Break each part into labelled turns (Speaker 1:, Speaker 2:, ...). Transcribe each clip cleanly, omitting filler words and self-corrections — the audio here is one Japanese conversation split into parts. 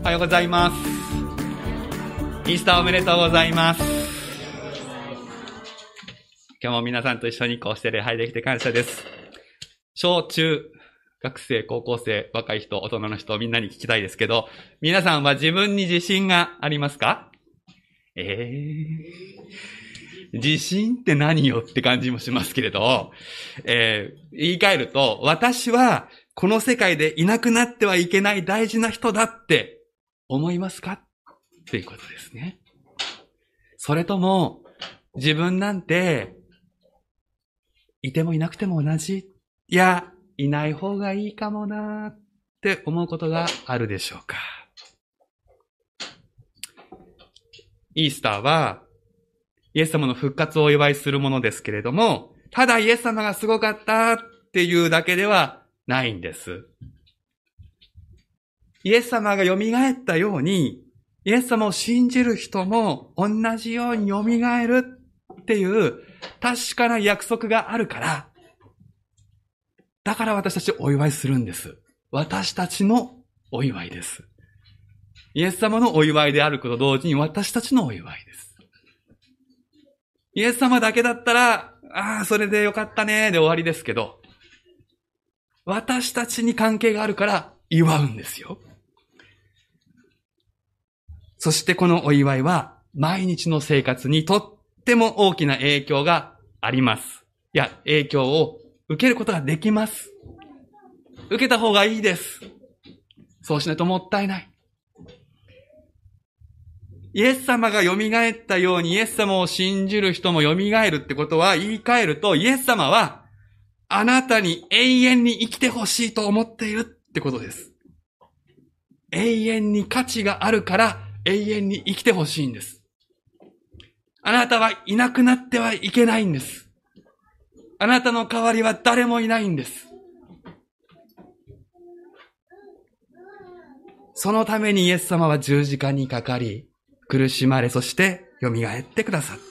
Speaker 1: おはようございます。イースターおめでとうございます。今日も皆さんと一緒にこうして礼拝できて感謝です。小中学生、高校生、若い人、大人の人、みんなに聞きたいですけど、皆さんは自分に自信がありますか？自信って何よって感じもしますけれど、言い換えると、私はこの世界でいなくなってはいけない大事な人だって思いますかっていうことですね。それとも、自分なんて、いてもいなくても同じ。いや、いない方がいいかもなって思うことがあるでしょうか。イースターは、イエス様の復活をお祝いするものですけれども、ただイエス様がすごかったっていうだけではないんです。イエス様が蘇ったように、イエス様を信じる人も同じように蘇るっていう確かな約束があるから、だから私たちお祝いするんです。私たちのお祝いです。イエス様のお祝いであることと同時に私たちのお祝いです。イエス様だけだったら、それでよかったねで終わりですけど、私たちに関係があるから祝うんですよ。そしてこのお祝いは毎日の生活にとっても大きな影響があります。いや、影響を受けることができます。受けた方がいいです。そうしないともったいない。イエス様が蘇ったようにイエス様を信じる人も蘇るってことは言い換えると、イエス様はあなたに永遠に生きてほしいと思っているってことです。永遠に価値があるから永遠に生きてほしいんです。あなたはいなくなってはいけないんです。あなたの代わりは誰もいないんです。そのためにイエス様は十字架にかかり、苦しまれ、そして蘇ってくださった。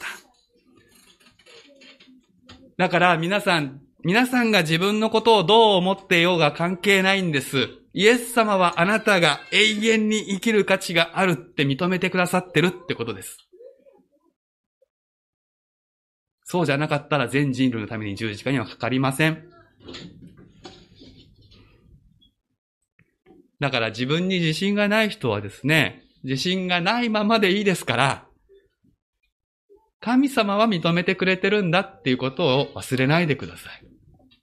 Speaker 1: だから皆さんが自分のことをどう思っていようが関係ないんです。イエス様はあなたが永遠に生きる価値があるって認めてくださってるってことです。そうじゃなかったら全人類のために十字架にはかかりません。だから自分に自信がない人はですね、自信がないままでいいですから、神様は認めてくれてるんだっていうことを忘れないでください。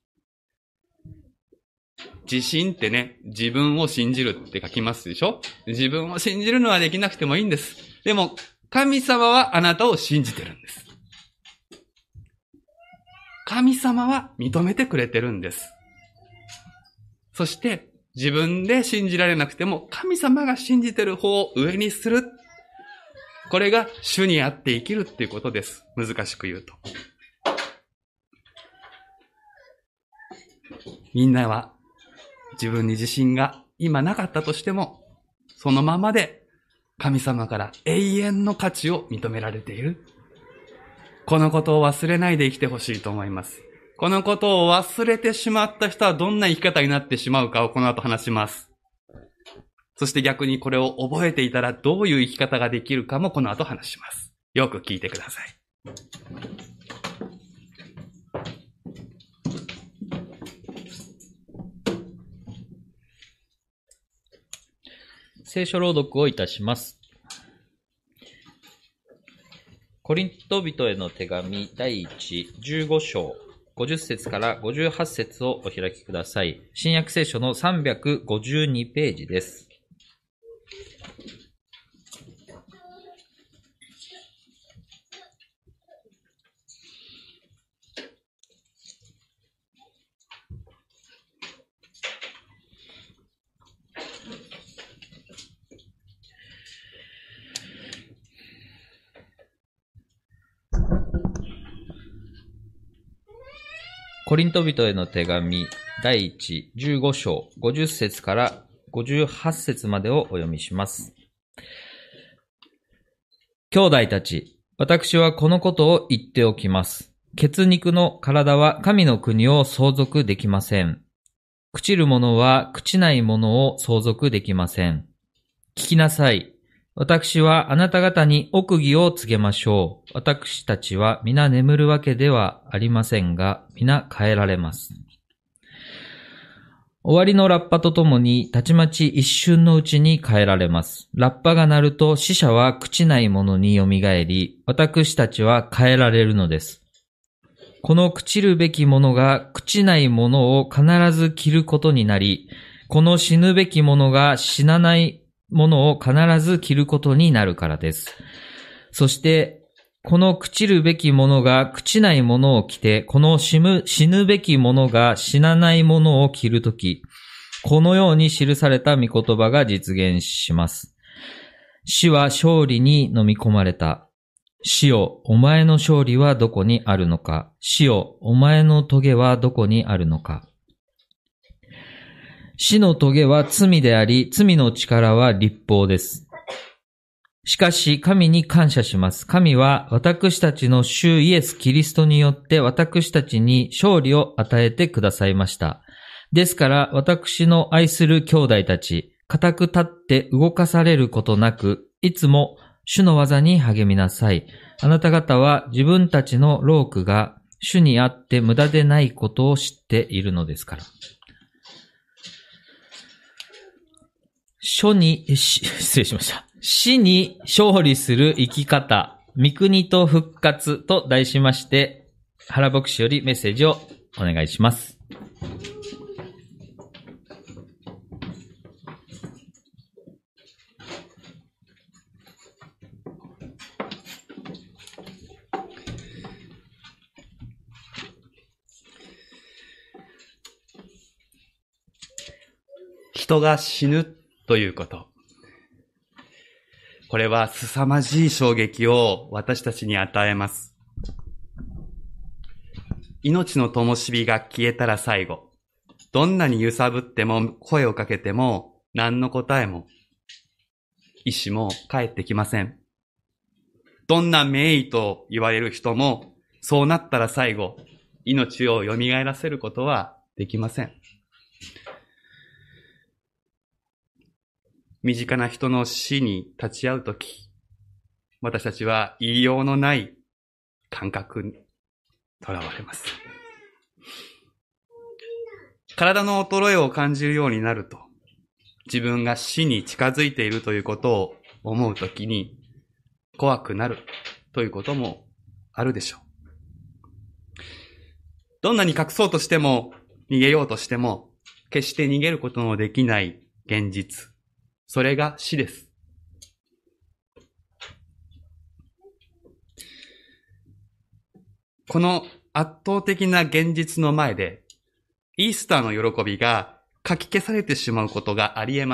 Speaker 1: 自信ってね、自分を信じるって書きますでしょ？自分を信じるのはできなくてもいいんです。でも、神様はあなたを信じてるんです。神様は認めてくれてるんです。そして、自分で信じられなくても、神様が信じてる方を上にする。これが主にあって生きるっていうことです。難しく言うと。みんなは自分に自信が今なかったとしても、そのままで神様から永遠の価値を認められている。このことを忘れないで生きてほしいと思います。このことを忘れてしまった人はどんな生き方になってしまうかをこの後話します。そして逆にこれを覚えていたらどういう生き方ができるかもこの後話します。よく聞いてください。
Speaker 2: 聖書朗読をいたします。コリント人への手紙第15章50節から58節をお開きください。新約聖書の352ページです。コリント人への手紙第15章50節から58節までをお読みします。兄弟たち、私はこのことを言っておきます。血肉の体は神の国を相続できません。朽ちるものは朽ちないものを相続できません。 きなさい。私はあなた方に奥義を告げましょう。私たちは皆眠るわけではありませんが、皆帰られます。終わりのラッパとともに、たちまち一瞬のうちに帰られます。ラッパが鳴ると死者は朽ちないものによみがえり、私たちは帰られるのです。この朽ちるべきものが朽ちないものを必ず着ることになり、この死ぬべきものが死なないものを必ず着ることになるからです。そして、この朽ちるべきものが朽ちないものを着て、この死ぬべきものが死なないものを着るとき、このように記された御言葉が実現します。死は勝利に飲み込まれた。死よ、お前の勝利はどこにあるのか。死よ、お前の棘はどこにあるのか。死の棘は罪であり、罪の力は律法です。しかし神に感謝します。神は私たちの主イエス・キリストによって私たちに勝利を与えてくださいました。ですから私の愛する兄弟たち、固く立って動かされることなく、いつも主の技に励みなさい。あなた方は自分たちの労苦が主にあって無駄でないことを知っているのですから。失礼しました。死に勝利する生き方、御国と復活と題しまして、原牧師よりメッセージをお願いします。
Speaker 1: 人が死ぬということ。これは凄まじい衝撃を私たちに与えます。命の灯火が消えたら最後、どんなに揺さぶっても声をかけても何の答えも意志も返ってきません。どんな名医と言われる人もそうなったら最後、命を蘇らせることはできません。身近な人の死に立ち会うとき、私たちは言いようのない感覚にとらわれます。体の衰えを感じるようになると、自分が死に近づいているということを思うときに怖くなるということもあるでしょう。どんなに隠そうとしても逃げようとしても決して逃げることのできない現実。それが死です。この圧倒的な現実の前で、イースターの喜びがかき消されてしまうことがあり得ます。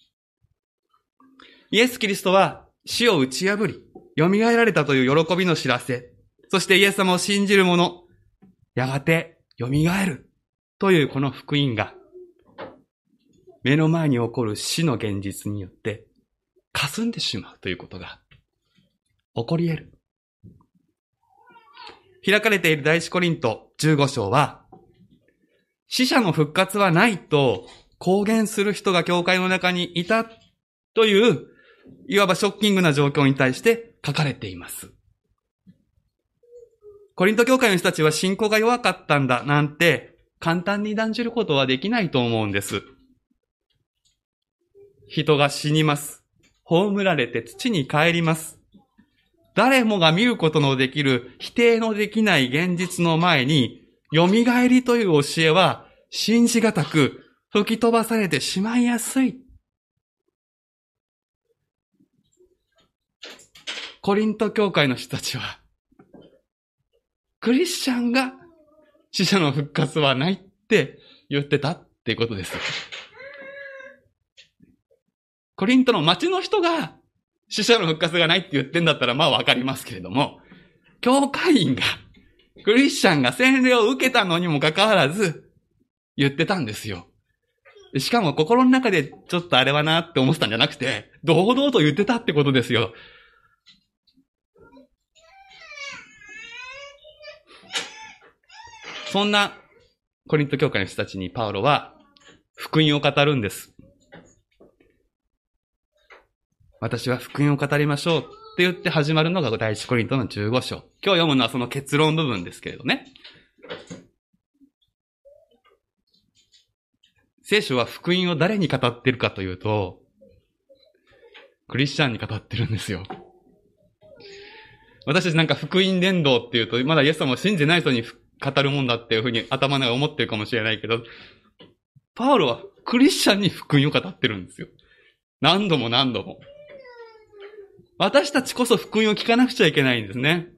Speaker 1: イエス・キリストは死を打ち破り、蘇られたという喜びの知らせ、そしてイエス様を信じる者、やがて蘇るというこの福音が、目の前に起こる死の現実によって霞んでしまうということが起こり得る。開かれている第一コリント15章は、死者の復活はないと公言する人が教会の中にいたという、いわばショッキングな状況に対して書かれています。コリント教会の人たちは信仰が弱かったんだなんて簡単に断じることはできないと思うんです。人が死にます。葬られて土に帰ります。誰もが見ることのできる否定のできない現実の前に、蘇りという教えは信じがたく吹き飛ばされてしまいやすい。コリント教会の人たちは、クリスチャンが死者の復活はないって言ってたっていうことです。コリントの町の人が死者の復活がないって言ってんだったらまあわかりますけれども、教会員が、クリスチャンが洗礼を受けたのにもかかわらず言ってたんですよ。しかも心の中でちょっとあれはなって思ってたんじゃなくて、堂々と言ってたってことですよ。そんなコリント教会の人たちにパウロは福音を語るんです。 私は福音を語りましょうって言って始まるのが第一コリントの15章。今日読むのはその結論部分ですけれどね。聖書は福音を誰に語っているかというと、クリスチャンに語ってるんですよ。私たちなんか福音伝道っていうと、まだイエス様を信じない人に語るもんだっていうふうに頭の中で思ってるかもしれないけど、パウロはクリスチャンに福音を語ってるんですよ。何度も何度も。私たちこそ福音を聞かなくちゃいけないんですね。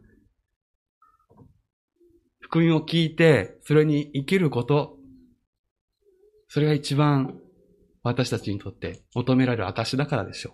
Speaker 1: 福音を聞いて、それに生きること、それが一番私たちにとって求められる証だからでしょう。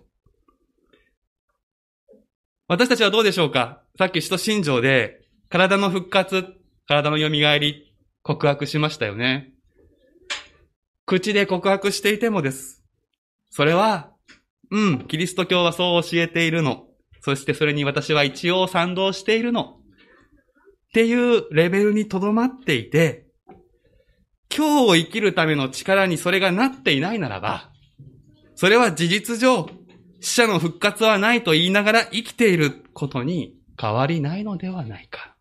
Speaker 1: 私たちはどうでしょうか？さっき使徒信条で体の復活、体の蘇り、告白しましたよね。口で告白していてもです。それは、キリスト教はそう教えているの。そしてそれに私は一応賛同しているの。っていうレベルにとどまっていて、今日を生きるための力にそれがなっていないならば、それは事実上、死者の復活はないと言いながら生きていることに変わりないのではないか。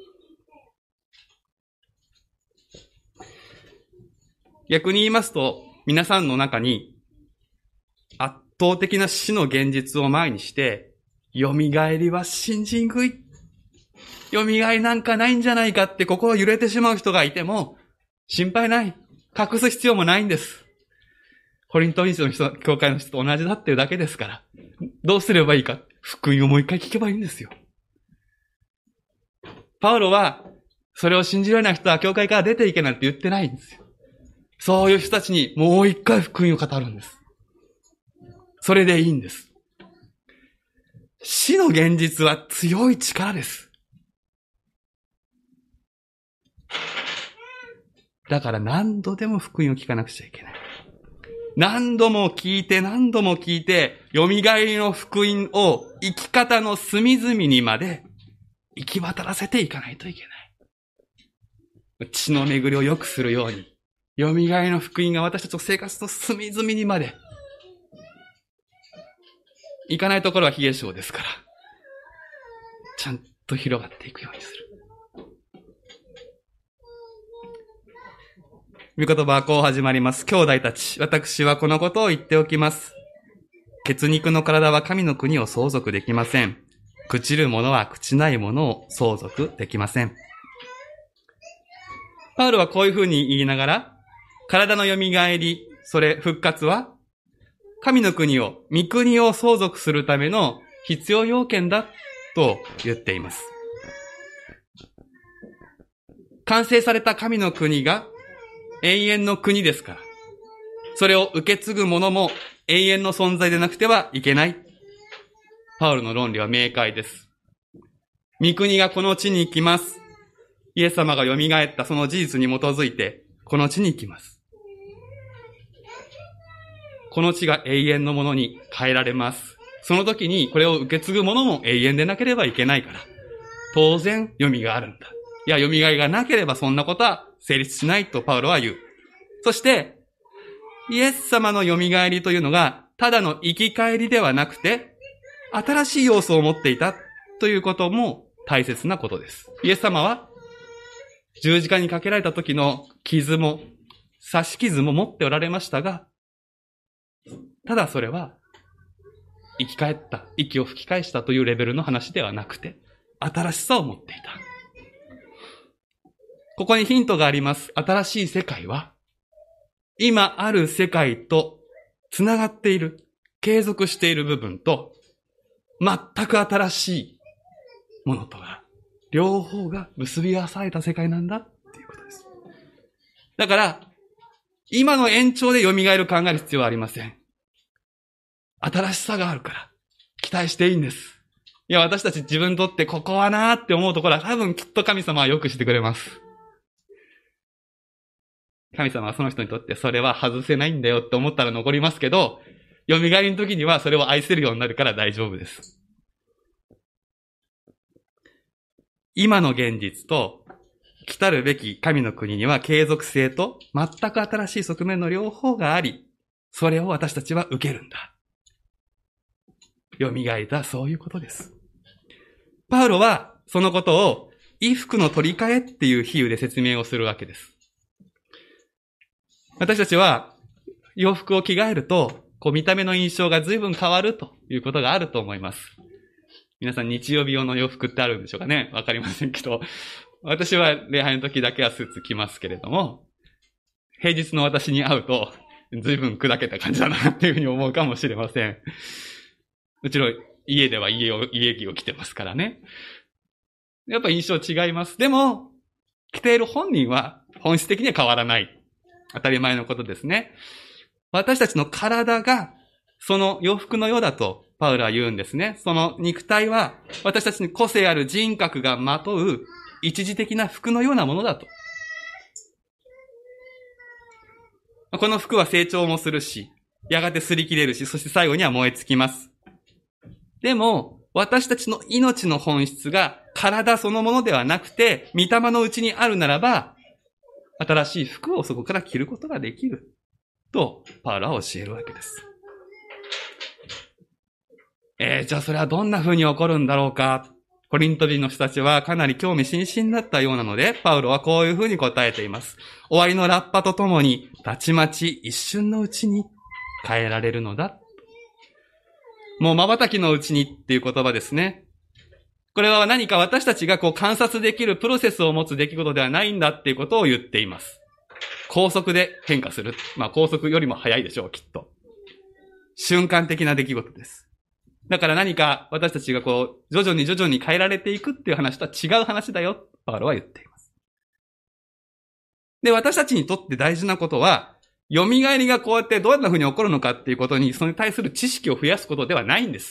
Speaker 1: 逆に言いますと、皆さんの中に圧倒的な死の現実を前にして、蘇りは信じにくい。蘇りなんかないんじゃないかって心揺れてしまう人がいても、心配ない。隠す必要もないんです。コリントの人、教会の人と同じだっていうだけですから。どうすればいいか。福音をもう一回聞けばいいんですよ。パウロは、それを信じられない人は教会から出ていけなんて言ってないんですよ。そういう人たちにもう一回福音を語るんです。それでいいんです。死の現実は強い力です。だから何度でも福音を聞かなくちゃいけない。何度も聞いて、蘇りの福音を生き方の隅々にまで行き渡らせていかないといけない。血の巡りを良くするように、蘇りの福音が私たちの生活の隅々にまで行かないところは冷え性ですから、ちゃんと広がっていくようにする。御言葉はこう始まります。兄弟たち、私はこのことを言っておきます。血肉の体は神の国を相続できません。朽ちるものは朽ちないものを相続できません。パウロはこういうふうに言いながら、体の蘇り、それ復活は、神の国を、御国を相続するための必要要件だと言っています。完成された神の国が永遠の国ですから、それを受け継ぐ者も永遠の存在でなくてはいけない。パウロの論理は明快です。御国がこの地に来ます。イエス様が蘇ったその事実に基づいて、この地に来ます。この地が永遠のものに変えられます。その時にこれを受け継ぐ者も永遠でなければいけないから、当然蘇りがあるんだ。いや、蘇りがなければそんなことは成立しないとパウロは言う。そして、イエス様の蘇りというのが、ただの生き返りではなくて、新しい要素を持っていたということも大切なことです。イエス様は、十字架にかけられた時の傷も、刺し傷も持っておられましたが、ただそれは、生き返った、息を吹き返したというレベルの話ではなくて、新しさを持っていた。ここにヒントがあります。新しい世界は、今ある世界とつながっている、継続している部分と、全く新しいものとが、両方が結び合わされた世界なんだっていうことです。だから、今の延長で蘇る考える必要はありません。新しさがあるから、期待していいんです。いや、私たち自分にとってここはなーって思うところは多分きっと神様は良くしてくれます。神様はその人にとってそれは外せないんだよって思ったら残りますけど、蘇りの時にはそれを愛せるようになるから大丈夫です。今の現実と来たるべき神の国には継続性と全く新しい側面の両方があり、それを私たちは受けるんだ。 蘇った、そういうことです。パウロはそのことを衣服の取り替えっていう比喩で説明をするわけです。私たちは洋服を着替えると、見た目の印象が随分変わるということがあると思います。皆さん日曜日用の洋服ってあるんでしょうかね？わかりませんけど、私は礼拝の時だけはスーツ着ますけれども、平日の私に会うと、随分砕けた感じだなっていうふうに思うかもしれません。もちろん家では家着を着てますからね。やっぱ印象違います。でも、着ている本人は本質的には変わらない。当たり前のことですね。私たちの体がその洋服のようだとパウロは言うんですね。その肉体は私たちに個性ある人格がまとう一時的な服のようなものだと。この服は成長もするし、やがて擦り切れるし、そして最後には燃え尽きます。でも、私たちの命の本質が体そのものではなくて、御霊のうちにあるならば、新しい服をそこから着ることができる。と、パウロは教えるわけです。じゃあそれはどんな風に起こるんだろうか。コリント人の人たちはかなり興味津々だったようなので、パウロはこういう風に答えています。終わりのラッパとともに、たちまち一瞬のうちに変えられるのだ。もう瞬きのうちにっていう言葉ですね。これは何か私たちが観察できるプロセスを持つ出来事ではないんだっていうことを言っています。高速で変化する。高速よりも早いでしょう、きっと。瞬間的な出来事です。だから何か私たちが徐々に変えられていくっていう話とは違う話だよ、パウロは言っています。で、私たちにとって大事なことは、蘇りがこうやってどんな風に起こるのかっていうことに、それに対する知識を増やすことではないんです。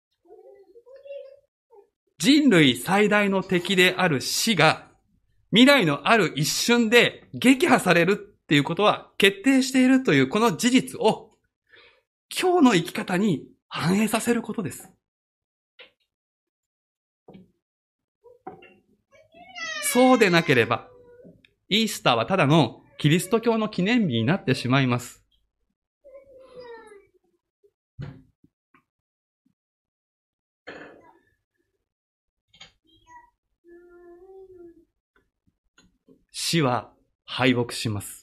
Speaker 1: 人類最大の敵である死が、未来のある一瞬で撃破されるっていうことは決定しているというこの事実を、今日の生き方に反映させることです。そうでなければ、イースターはただのキリスト教の記念日になってしまいます。死は敗北します。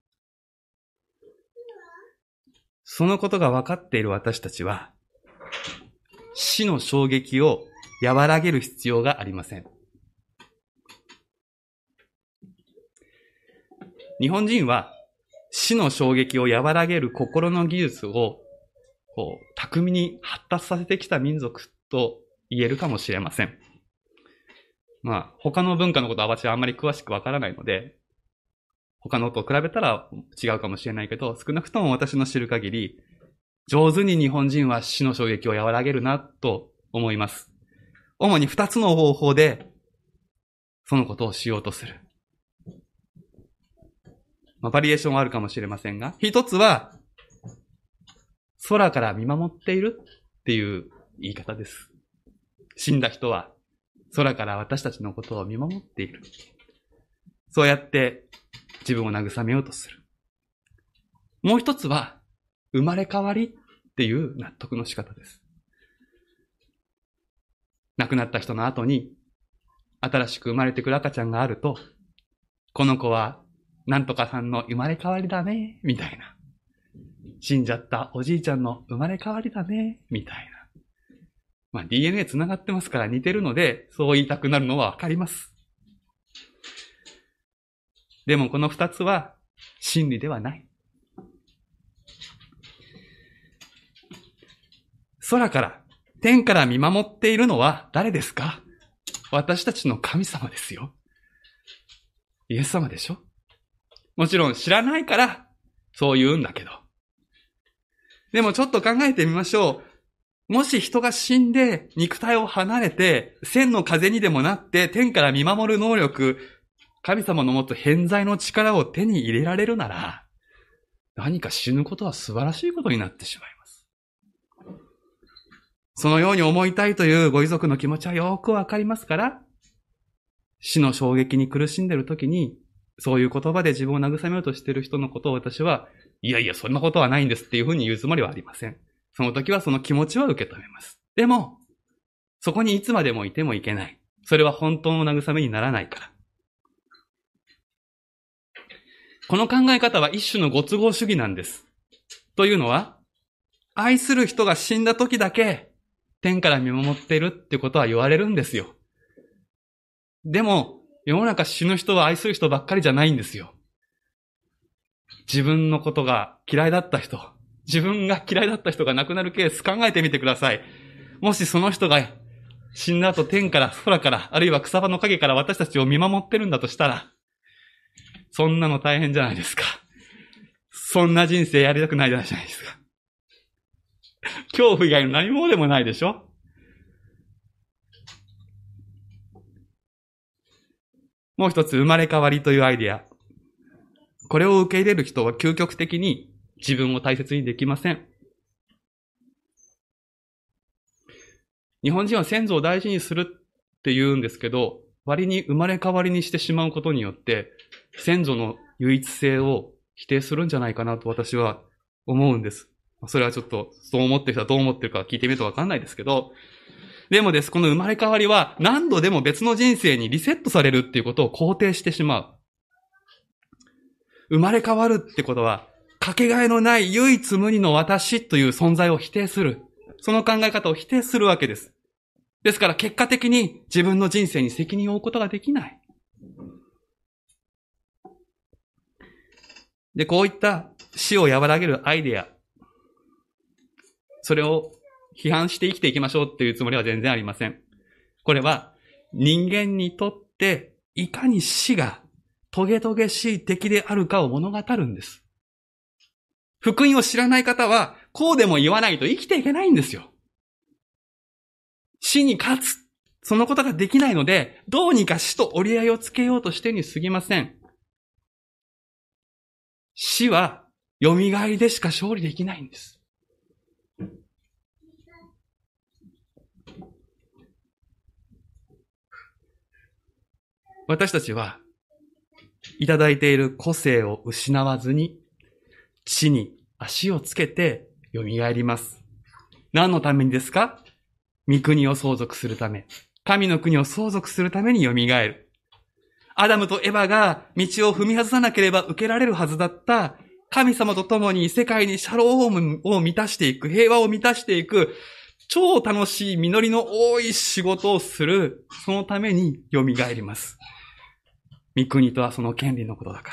Speaker 1: そのことが分かっている私たちは、死の衝撃を和らげる必要がありません。日本人は死の衝撃を和らげる心の技術を巧みに発達させてきた民族と言えるかもしれません。他の文化のことは私はあんまり詳しくわからないので、他のと比べたら違うかもしれないけど、少なくとも私の知る限り、上手に日本人は死の衝撃を和らげるなと思います。主に2つの方法で、そのことをしようとする。バリエーションはあるかもしれませんが、一つは、空から見守っているっていう言い方です。死んだ人は、空から私たちのことを見守っている。そうやって自分を慰めようとする。もう一つは、生まれ変わりっていう納得の仕方です。亡くなった人の後に、新しく生まれてくる赤ちゃんがあると、この子はなんとかさんの生まれ変わりだね、みたいな。死んじゃったおじいちゃんの生まれ変わりだね、みたいな。DNA 繋がってますから似てるので、そう言いたくなるのはわかります。でもこの二つは真理ではない。空から、天から見守っているのは誰ですか？私たちの神様ですよ。イエス様でしょ？もちろん知らないからそう言うんだけど。でもちょっと考えてみましょう。もし人が死んで肉体を離れて千の風にでもなって天から見守る能力、神様の持つ偏在の力を手に入れられるなら、何か死ぬことは素晴らしいことになってしまいます。そのように思いたいというご遺族の気持ちはよくわかりますから、死の衝撃に苦しんでいるときに、そういう言葉で自分を慰めようとしている人のことを私は、いやいや、そんなことはないんですっていうふうに言うつもりはありません。 その時はその気持ちは受け止めます。でも、そこにいつまでもいてもいけない。それは本当の慰めにならないから。この考え方は一種のご都合主義なんです。というのは、愛する人が死んだ時だけ天から見守っているってことは言われるんですよ。でも、世の中死ぬ人は愛する人ばっかりじゃないんですよ。自分のことが嫌いだった人、自分が嫌いだった人が亡くなるケース考えてみてください。もしその人が死んだ後天から空から、あるいは草葉の陰から私たちを見守ってるんだとしたら、そんなの大変じゃないですか。そんな人生やりたくないじゃないですか。恐怖以外の何もでもないでしょ。もう一つ、生まれ変わりというアイデア。これを受け入れる人は究極的に自分を大切にできません。日本人は先祖を大事にするって言うんですけど、割に生まれ変わりにしてしまうことによって、先祖の唯一性を否定するんじゃないかなと私は思うんです。それはちょっと、そう思ってる人はどう思ってるか聞いてみるとわかんないですけど、でもです、この生まれ変わりは何度でも別の人生にリセットされるっていうことを肯定してしまう。生まれ変わるってことは、かけがえのない唯一無二の私という存在を否定する。その考え方を否定するわけです。ですから結果的に自分の人生に責任を負うことができない。で、こういった死を和らげるアイデア、それを批判して生きていきましょうっていうつもりは全然ありません。これは人間にとっていかに死がトゲトゲしい敵であるかを物語るんです。福音を知らない方はこうでも言わないと生きていけないんですよ。死に勝つ。そのことができないので、どうにか死と折り合いをつけようとしてに過ぎません。死は蘇りでしか勝利できないんです。私たちはいただいている個性を失わずに地に足をつけて蘇ります。何のためにですか？御国を相続するため。神の国を相続するために蘇る。アダムとエバが道を踏み外さなければ受けられるはずだった神様と共に世界にシャロームを満たしていく、平和を満たしていく、超楽しい実りの多い仕事をする、そのために蘇ります。御国とはその権利のことだから。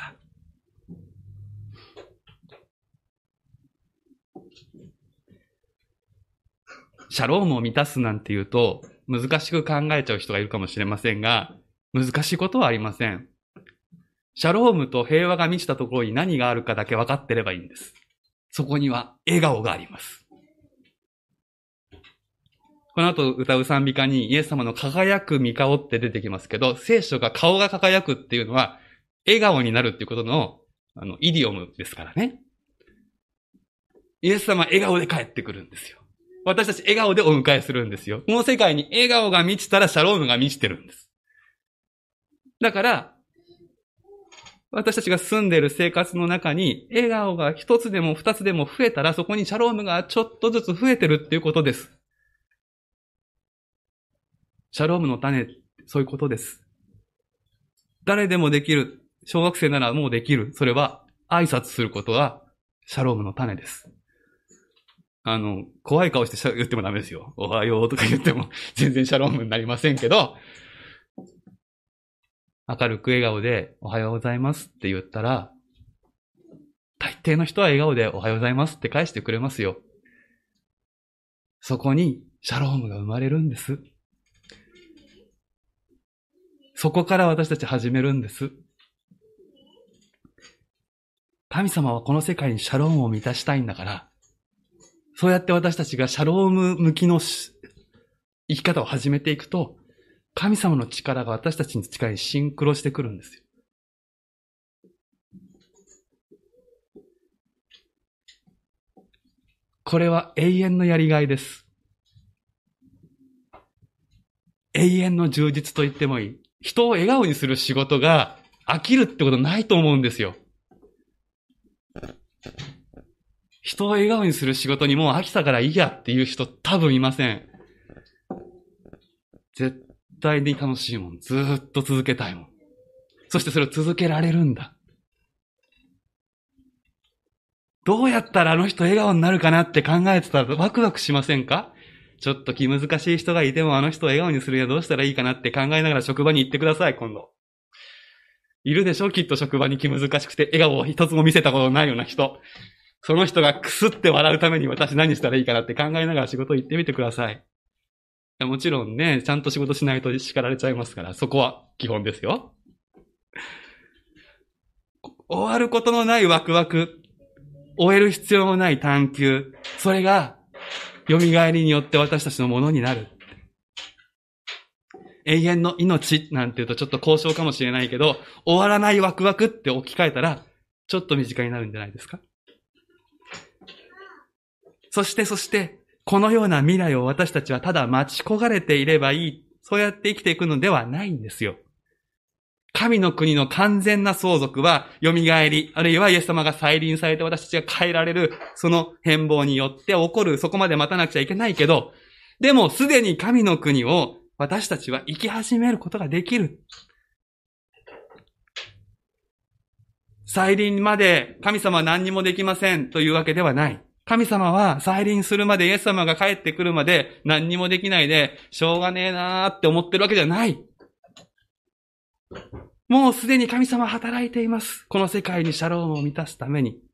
Speaker 1: シャロームを満たすなんて言うと、難しく考えちゃう人がいるかもしれませんが、難しいことはありません。シャロームと平和が満ちたところに何があるかだけ分かってればいいんです。そこには笑顔があります。この後歌う賛美歌にイエス様の輝く御顔って出てきますけど、聖書が顔が輝くっていうのは、笑顔になるっていうことの、イディオムですからね。イエス様は笑顔で帰ってくるんですよ。私たち笑顔でお迎えするんですよ。この世界に笑顔が満ちたらシャロームが満ちてるんです。だから、私たちが住んでいる生活の中に笑顔が一つでも二つでも増えたら、そこにシャロームがちょっとずつ増えてるっていうことです。シャロームの種、そういうことです。誰でもできる。小学生ならもうできる。それは挨拶することはシャロームの種です。怖い顔して言ってもダメですよ。おはようとか言っても全然シャロームになりませんけど、明るく笑顔でおはようございますって言ったら、大抵の人は笑顔でおはようございますって返してくれますよ。そこにシャロームが生まれるんです。そこから私たち始めるんです。神様はこの世界にシャロームを満たしたいんだから、そうやって私たちがシャローム向きの生き方を始めていくと、神様の力が私たちの力にシンクロしてくるんですよ。これは永遠のやりがいです。永遠の充実と言ってもいい。人を笑顔にする仕事が飽きるってことないと思うんですよ。 人を笑顔にする仕事にもう飽きたからいいやっていう人多分いません。絶対に楽しいもん。ずーっと続けたいもん。そしてそれを続けられるんだ。どうやったらあの人笑顔になるかなって考えてたらワクワクしませんか？ちょっと気難しい人がいてもあの人を笑顔にするにはどうしたらいいかなって考えながら職場に行ってください、今度。いるでしょ？きっと職場に気難しくて笑顔を一つも見せたことないような人。その人がクスって笑うために私何したらいいかなって考えながら仕事行ってみてください。もちろんね、ちゃんと仕事しないと叱られちゃいますから、そこは基本ですよ。終わることのないワクワク、終える必要もない探求、それが蘇りによって私たちのものになる。永遠の命なんて言うとちょっと高尚かもしれないけど、終わらないワクワクって置き換えたら、ちょっと身近になるんじゃないですか。そして、このような未来を私たちはただ待ち焦がれていればいい、そうやって生きていくのではないんですよ。神の国の完全な相続は、蘇り、あるいはイエス様が再臨されて私たちが変えられる、その変貌によって起こる、そこまで待たなくちゃいけないけど、でもすでに神の国を私たちは生き始めることができる。再臨まで神様は何にもできませんというわけではない。神様は再臨するまで、イエス様が帰ってくるまで何にもできないで、しょうがねえなーって思ってるわけじゃない。もうすでに神様は働いています。この世界にシャロームを満たすために。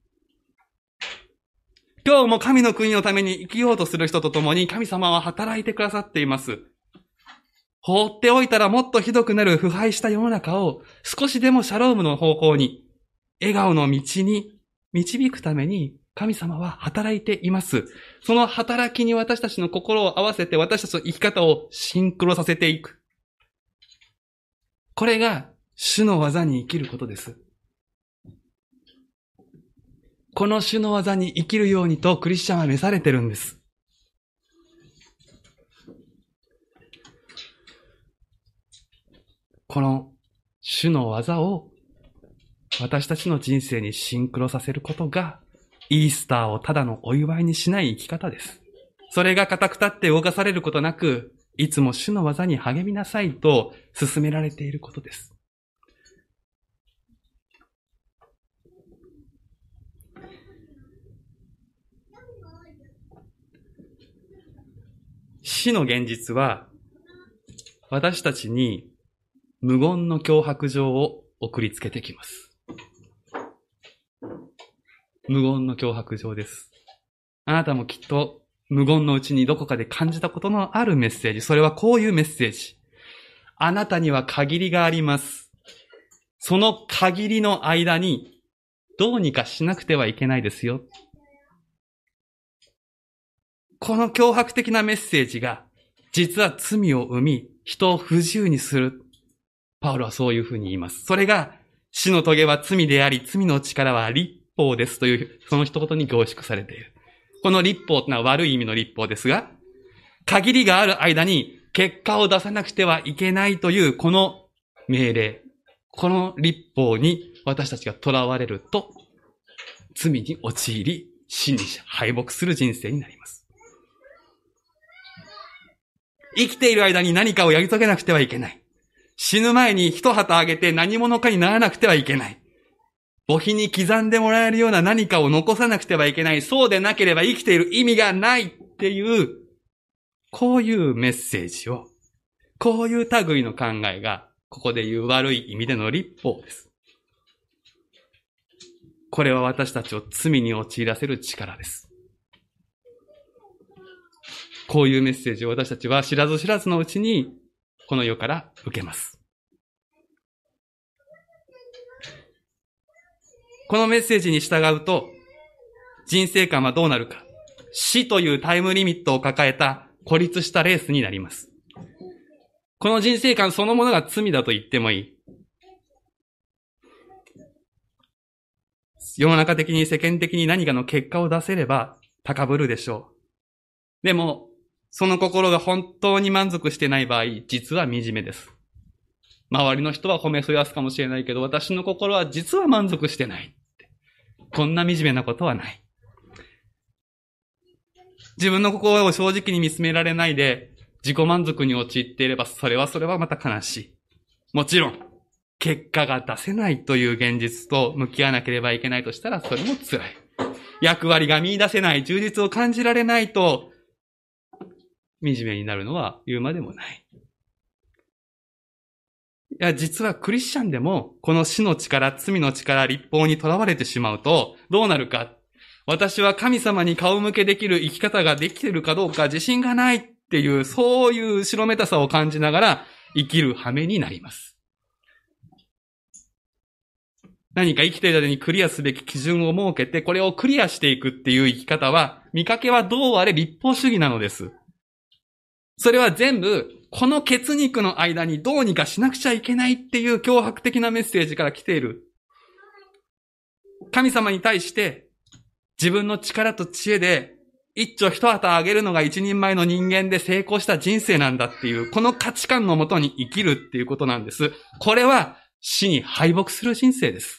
Speaker 1: 今日も神の国のために生きようとする人と共に神様は働いてくださっています。放っておいたらもっとひどくなる腐敗した世の中を少しでもシャロームの方向に、笑顔の道に導くために神様は働いています。その働きに私たちの心を合わせて私たちの生き方をシンクロさせていく。これが主の技に生きることです。この主の技に生きるようにとクリスチャンは召されてるんです。この主の技を私たちの人生にシンクロさせることがイースターをただのお祝いにしない生き方です。それが固く立って動かされることなく、いつも主の技に励みなさいと勧められていることです。死の現実は、私たちに無言の脅迫状を送りつけてきます。無言の脅迫状です。あなたもきっと無言のうちにどこかで感じたことのあるメッセージ。それはこういうメッセージ。あなたには限りがあります。その限りの間にどうにかしなくてはいけないですよ。この脅迫的なメッセージが実は罪を生み、人を不自由にする。パウロはそういうふうに言います。それが死の棘は罪であり、罪の力は律法ですという、その一言に凝縮されている。この律法というのは悪い意味の律法ですが、限りがある間に結果を出さなくてはいけないというこの命令、この律法に私たちが囚われると、罪に陥り、死に敗北する人生になります。生きている間に何かをやり遂げなくてはいけない。死ぬ前に一旗あげて何者かにならなくてはいけない。墓碑に刻んでもらえるような何かを残さなくてはいけない。そうでなければ生きている意味がないっていう、こういうメッセージを、こういう類の考えが、ここで言う悪い意味での律法です。これは私たちを罪に陥らせる力です。こういうメッセージを私たちは知らず知らずのうちに、この世から受けます。このメッセージに従うと、人生観はどうなるか。死というタイムリミットを抱えた孤立したレースになります。この人生観そのものが罪だと言ってもいい。世の中的に世間的に何かの結果を出せれば高ぶるでしょう。でも、その心が本当に満足してない場合、実は惨めです。周りの人は褒めそやすかもしれないけど、私の心は実は満足してない。こんな惨めなことはない。 自分の心を正直に見つめられないで、自己満足に陥っていれば、それはまた悲しい。もちろん、結果が出せないという現実と向き合わなければいけないとしたら、それも辛い。役割が見出せない、充実を感じられないと、惨めになるのは言うまでもない。いや、実はクリスチャンでも、この死の力、罪の力、律法にとらわれてしまうと、どうなるか。私は神様に顔向けできる生き方ができているかどうか自信がないっていう、そういう後ろめたさを感じながら生きる羽目になります。何か生きている間にクリアすべき基準を設けて、これをクリアしていくっていう生き方は、見かけはどうあれ律法主義なのです。それは全部、この血肉の間にどうにかしなくちゃいけないっていう脅迫的なメッセージから来ている。神様に対して、自分の力と知恵で、一丁一旗あげるのが一人前の人間で成功した人生なんだっていう、この価値観のもとに生きるっていうことなんです。これは死に敗北する人生です。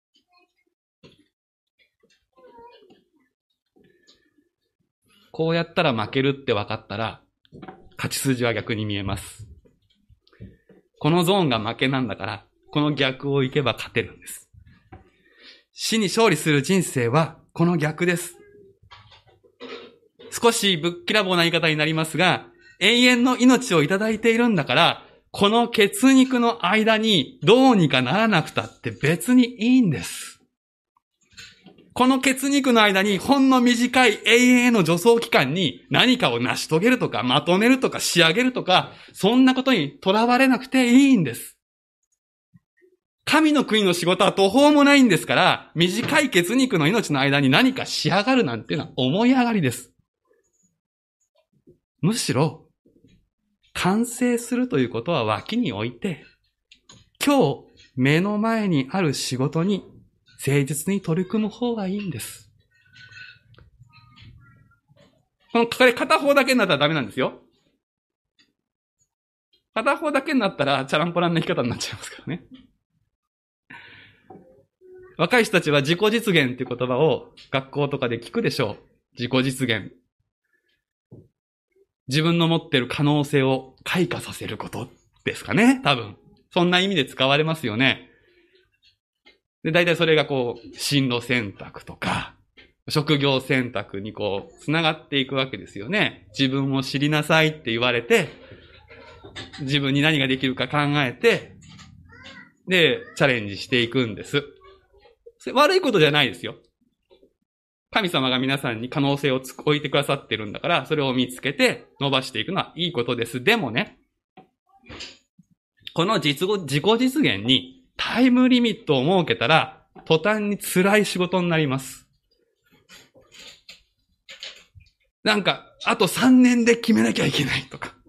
Speaker 1: こうやったら負けるって分かったら、勝ち筋は逆に見えます。このゾーンが負けなんだから、この逆を行けば勝てるんです。死に勝利する人生は、この逆です。少しぶっきらぼうな言い方になりますが、永遠の命をいただいているんだから、この血肉の間にどうにかならなくたって別にいいんです。この血肉の間にほんの短い永遠への助走期間に何かを成し遂げるとかまとめるとか仕上げるとか、そんなことにとらわれなくていいんです。神の国の仕事は途方もないんですから、短い血肉の命の間に何か仕上がるなんていうのは思い上がりです。むしろ、完成するということは脇に置いて、今日目の前にある仕事に誠実に取り組む方がいいんです。これ片方だけになったらダメなんですよ。片方だけになったらチャランポランな生き方になっちゃいますからね。若い人たちは自己実現っていう言葉を学校とかで聞くでしょう。自己実現。自分の持っている可能性を開花させることですかね、多分。そんな意味で使われますよね。で、大体それが進路選択とか、職業選択に繋がっていくわけですよね。自分を知りなさいって言われて、自分に何ができるか考えて、で、チャレンジしていくんです。それ悪いことじゃないですよ。神様が皆さんに可能性を置いてくださってるんだから、それを見つけて伸ばしていくのはいいことです。でもね、この自己実現にタイムリミットを設けたら、途端に辛い仕事になります。なんか、あと3年で決めなきゃいけないとか。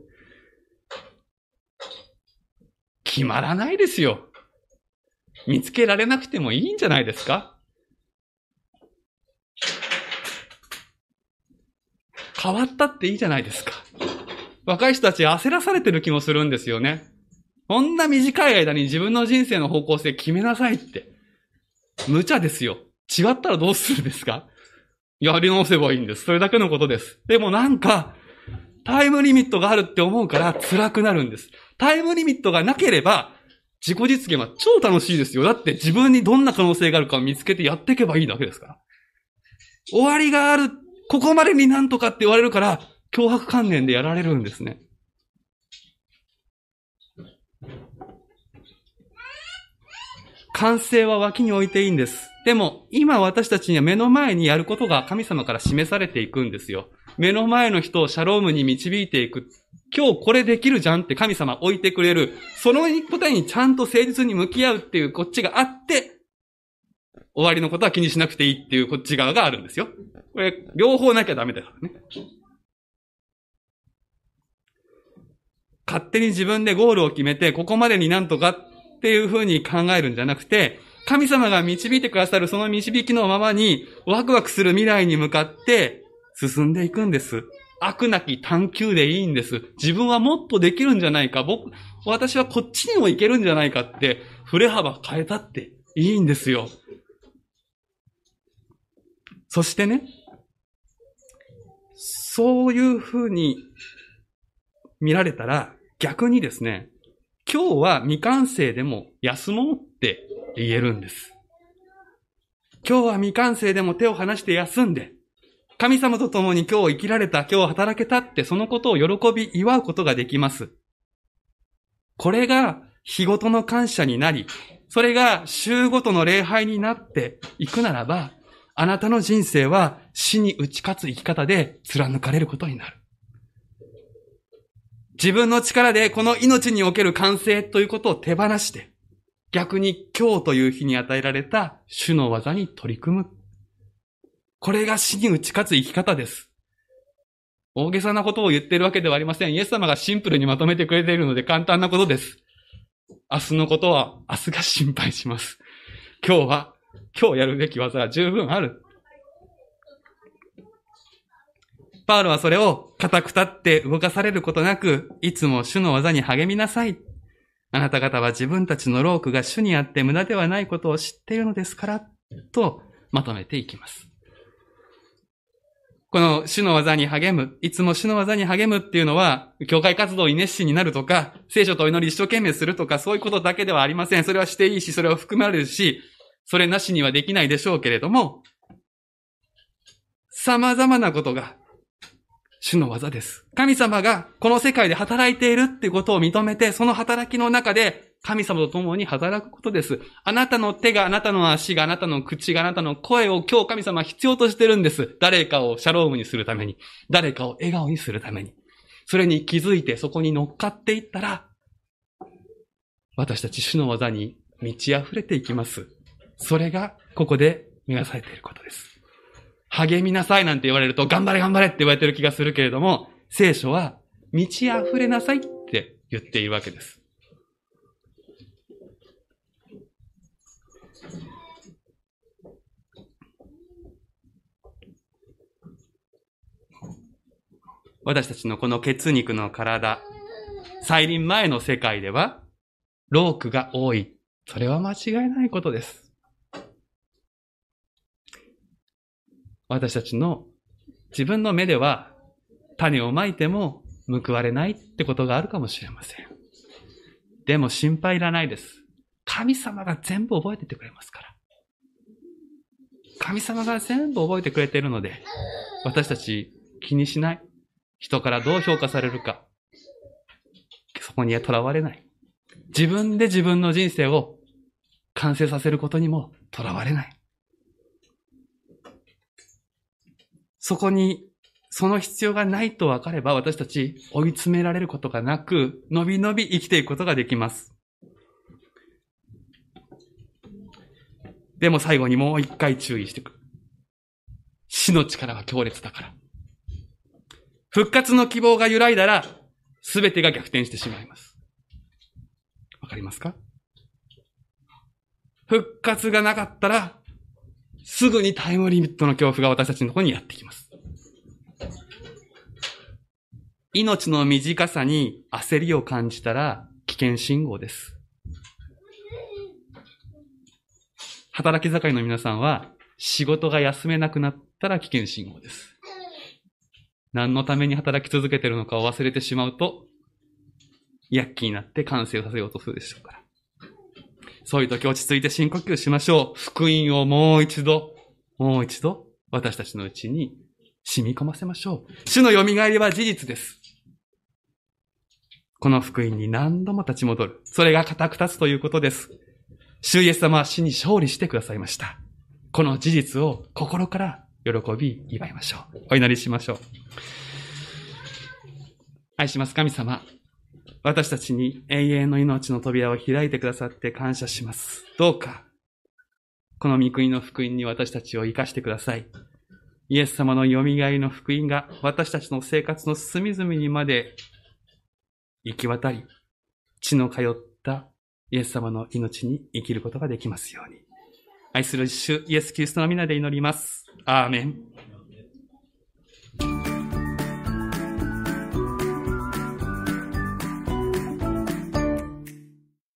Speaker 1: 決まらないですよ。見つけられなくてもいいんじゃないですか？変わったっていいじゃないですか。若い人たち焦らされてる気もするんですよね。こんな短い間に自分の人生の方向性決めなさいって。無茶ですよ。違ったらどうするんですか？やり直せばいいんです。それだけのことです。でもなんか、タイムリミットがあるって思うから辛くなるんです。タイムリミットがなければ、自己実現は超楽しいですよ。だって自分にどんな可能性があるかを見つけてやっていけばいいだけですから。終わりがある、ここまでになんとかって言われるから、脅迫観念でやられるんですね。完成は脇に置いていいんです。でも、今私たちには目の前にやることが神様から示されていくんですよ。目の前の人をシャロームに導いていく。今日これできるじゃんって神様置いてくれる。その答えにちゃんと誠実に向き合うっていうこっちがあって、終わりのことは気にしなくていいっていうこっち側があるんですよ。これ、両方なきゃダメだからね。勝手に自分でゴールを決めて、ここまでになんとかっていう風に考えるんじゃなくて、神様が導いてくださるその導きのままに、ワクワクする未来に向かって進んでいくんです。悪なき探求でいいんです。自分はもっとできるんじゃないか、私はこっちにも行けるんじゃないかって、振れ幅変えたっていいんですよ。そしてね、 そういうふうに見られたら、逆にですね、今日は未完成でも休もうって言えるんです。今日は未完成でも手を離して休んで、神様と共に今日生きられた、今日働けたって、そのことを喜び祝うことができます。これが日ごとの感謝になり、それが週ごとの礼拝になっていくならば、あなたの人生は死に打ち勝つ生き方で貫かれることになる。自分の力でこの命における完成ということを手放して、逆に今日という日に与えられた主の技に取り組む。これが死に打ち勝つ生き方です。大げさなことを言っているわけではありません。イエス様がシンプルにまとめてくれているので簡単なことです。明日のことは明日が心配します。今日やるべき技が十分ある。パウロはそれを固く立って動かされることなく、いつも主の技に励みなさい。あなた方は自分たちの労苦が主にあって無駄ではないことを知っているのですから、とまとめていきます。この主の技に励む、いつも主の技に励むっていうのは、教会活動に熱心になるとか、聖書とお祈り一生懸命するとか、そういうことだけではありません。それはしていいし、それは含まれるし、それなしにはできないでしょうけれども、様々なことが主の技です。神様がこの世界で働いているっていうことを認めて、その働きの中で神様と共に働くことです。あなたの手が、あなたの足が、あなたの口が、あなたの声を今日神様は必要としてるんです。誰かをシャロームにするために、誰かを笑顔にするために。それに気づいてそこに乗っかっていったら、私たち主の技に満ち溢れていきます。それがここで目指されていることです。励みなさいなんて言われると、頑張れ頑張れって言われてる気がするけれども、聖書は満ち溢れなさいって言っているわけです。私たちのこの血肉の体、再臨前の世界では、労苦が多い。それは間違いないことです。私たちの自分の目では種をまいても報われないってことがあるかもしれません。でも心配いらないです。神様が全部覚えててくれますから。神様が全部覚えてくれているので、私たち気にしない。人からどう評価されるか。そこにはとらわれない。自分で自分の人生を完成させることにもとらわれない。そこに、その必要がないと分かれば、私たち追い詰められることがなく、のびのび生きていくことができます。でも最後にもう一回注意してくる。死の力は強烈だから。復活の希望が揺らいだら、すべてが逆転してしまいます。わかりますか？復活がなかったら、すぐにタイムリミットの恐怖が私たちのところにやってきます。命の短さに焦りを感じたら危険信号です。働き盛りの皆さんは仕事が休めなくなったら危険信号です。何のために働き続けているのかを忘れてしまうと、躍起になって完成させようとするでしょうから。そういう時落ち着いて深呼吸しましょう。福音をもう一度、私たちのうちに染み込ませましょう。主の蘇りは事実です。この福音に何度も立ち戻る。それが固く立つということです。主イエス様は死に勝利してくださいました。この事実を心から喜び祝いましょう。お祈りしましょう。愛します神様。私たちに永遠の命の扉を開いてくださって感謝します。どうか、この御国の福音に私たちを生かしてください。イエス様の蘇りの福音が私たちの生活の隅々にまで行き渡り、血の通ったイエス様の命に生きることができますように。愛する主イエスキリストの皆で祈ります。アーメン。